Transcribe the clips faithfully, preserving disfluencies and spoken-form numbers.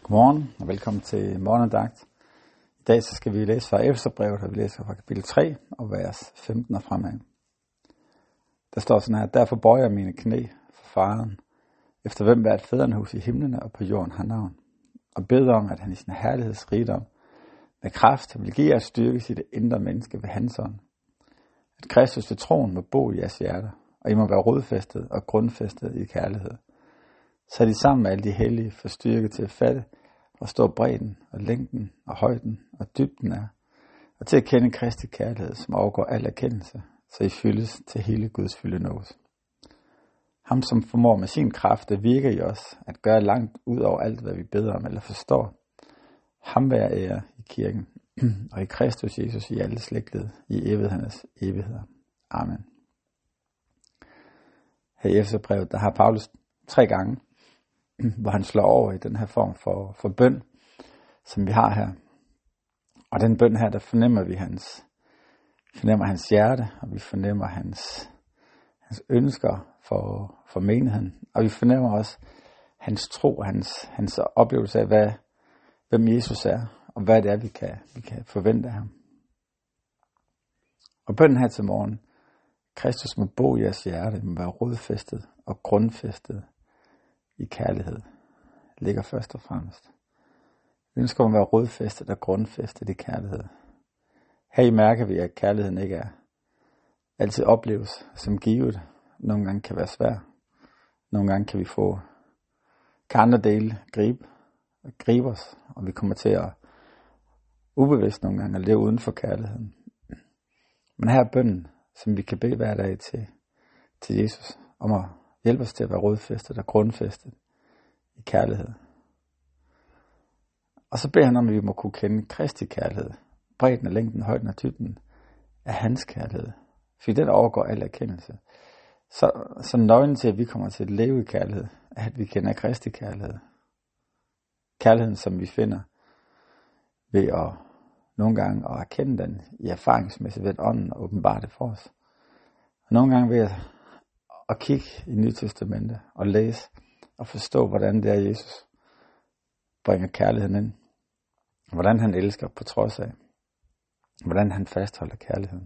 Godmorgen og velkommen til morgenandagt. I dag så skal vi læse fra Efeserbrevet, og vi læser fra kapitel tre og vers femten og fremad. Der står sådan her: Derfor bøjer jeg mine knæ for faren, efter hvem hvert fædrenhus i himlene og på jorden har navn, og beder om, at han i sin herlighedsrigdom med kraft vil give jer styrke i det indre menneske ved hans ånd. At Kristus ved troen må bo i jeres hjerter, og I må være rodfæstet og grundfæstet i kærlighed. Så de sammen med alle de hellige får styrke til at fatte, hvor stor bredden og længden og højden og dybden er, og til at kende Kristi kærlighed, som overgår al erkendelse, så I fyldes til hele Guds fylde nås. Ham, som formår med sin kraft at virke i os, at gøre langt ud over alt, hvad vi beder om eller forstår. Ham være ære i kirken, og i Kristus Jesus i alle slægtled, i evighedernes evigheder. Amen. Her i Efeserbrevet, der har Paulus tre gange, hvor han slår over i den her form for, for bøn, som vi har her. Og den bøn her, der fornemmer vi hans, fornemmer hans hjerte, og vi fornemmer hans, hans ønsker for, for menigheden. Og vi fornemmer også hans tro, hans, hans oplevelse af, hvad, hvem Jesus er, og hvad det er, vi kan, vi kan forvente af ham. Og bønnen her til morgen: Kristus må bo i jeres hjerte, må være rodfæstet og grundfæstet i kærlighed, ligger først og fremmest. Vi ønsker at være rodfæstet og grundfæstet i kærlighed. Her i mærker vi, at kærligheden ikke er altid opleves som givet. Nogle gange kan være svær. Nogle gange kan vi få, kan andre dele gribe, gribe os, og vi kommer til at ubevidst nogle gange at leve uden for kærligheden. Men her er bønnen, som vi kan bede hver dag til, til Jesus, om at hjælpe os til at være rodfæstet og grundfæstet i kærlighed. Og så beder han om, at vi må kunne kende Kristi kærlighed, bredden og længden, højden og dybden af hans kærlighed. For den overgår al erkendelse. Så, så nøglen til, at vi kommer til at leve i kærlighed, er, at vi kender Kristi kærlighed. Kærligheden, som vi finder ved at nogle gange at erkende den i erfaringsmæssigt ved ånden og åbenbare det for os. Og nogle gange ved at, at kigge i Nye Testamente og læse og forstå, hvordan det er, Jesus bringer kærligheden ind. Hvordan han elsker på trods af. Hvordan han fastholder kærligheden.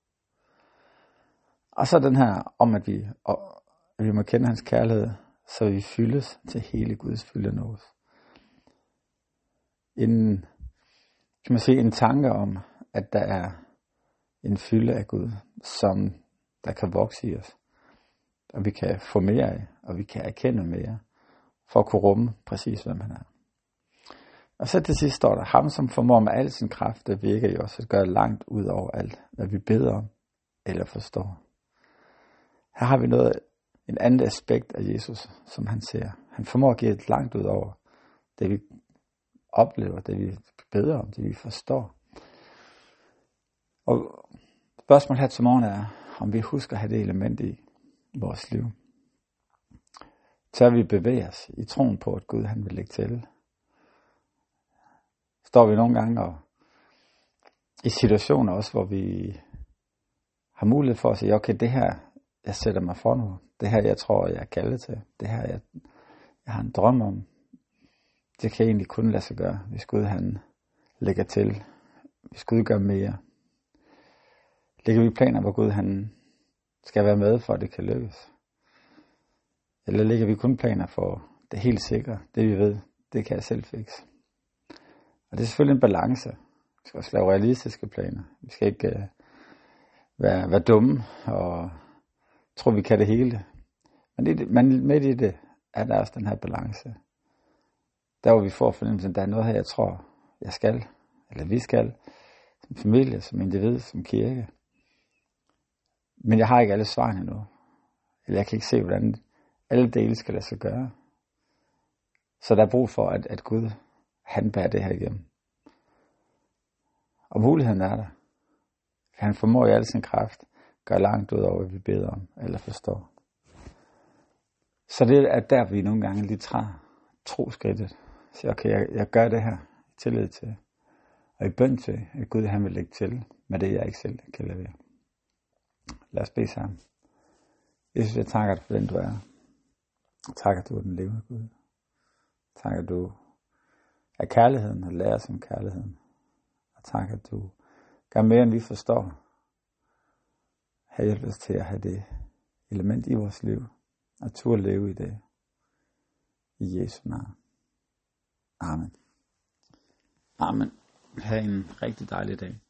Og så den her om, at vi, og, at vi må kende hans kærlighed, så vi fyldes til hele Guds fylde nås. En, kan man sige, en tanke om, at der er en fylde af Gud, som der kan vokse i os. Og vi kan få mere af, og vi kan erkende mere, for at kunne rumme præcis, hvem han er. Og så til sidst står der: ham, som formår med al sin kraft at virke i os, at gøre langt ud over alt, hvad vi beder om eller forstår. Her har vi noget, en anden aspekt af Jesus, som han ser. Han formår at give et langt ud over det, vi oplever, det vi beder om, det vi forstår. Og spørgsmålet her til morgen er, om vi husker at have det element i vores liv. Tør vi bevæge os i troen på, at Gud han vil lægge til? Står vi nogle gange og, i situationer også, hvor vi har mulighed for at sige, okay, det her, jeg sætter mig for nu. Det her, jeg tror, jeg er kaldet til. Det her, jeg, jeg har en drøm om. Det kan egentlig kun lade sig gøre, hvis Gud han lægger til. Hvis Gud gør mere. Lægger vi planer, hvor Gud han skal være med, for at det kan lykkes? Eller lægger vi kun planer for det helt sikre? Det vi ved, det kan jeg selv fikse. Og det er selvfølgelig en balance. Vi skal også lave realistiske planer. Vi skal ikke uh, være, være dumme og tro, vi kan det hele. Men, det, men midt i det er der også den her balance. Der hvor vi får fornemmelsen, at der er noget her, jeg tror, jeg skal, eller vi skal, som familie, som individ, som kirke. Men jeg har ikke alle svarene endnu. Eller jeg kan ikke se, hvordan alle dele skal lade sig gøre. Så der er brug for, at, at Gud, han bærer det her igennem. Og muligheden er der. Han formår i al sin kraft, gøre langt ud over, hvad vi beder om, eller forstår. Så det er der, vi nogle gange lige træder troskridtet. Så okay, jeg, jeg gør det her i tillid til, og i bøn til, at Gud han vil lægge til, med det jeg ikke selv kan levere. Lad os bede sammen. Jesus, jeg takker dig for den du er. Tak at du er den levende Gud. Tak at du af kærligheden og lære os om kærligheden. Og tak, at du gør mere, end vi forstår. Har hjælp os til at have det element i vores liv, og turde leve i det. I Jesu navn. Amen. Amen. Ha' en rigtig dejlig dag.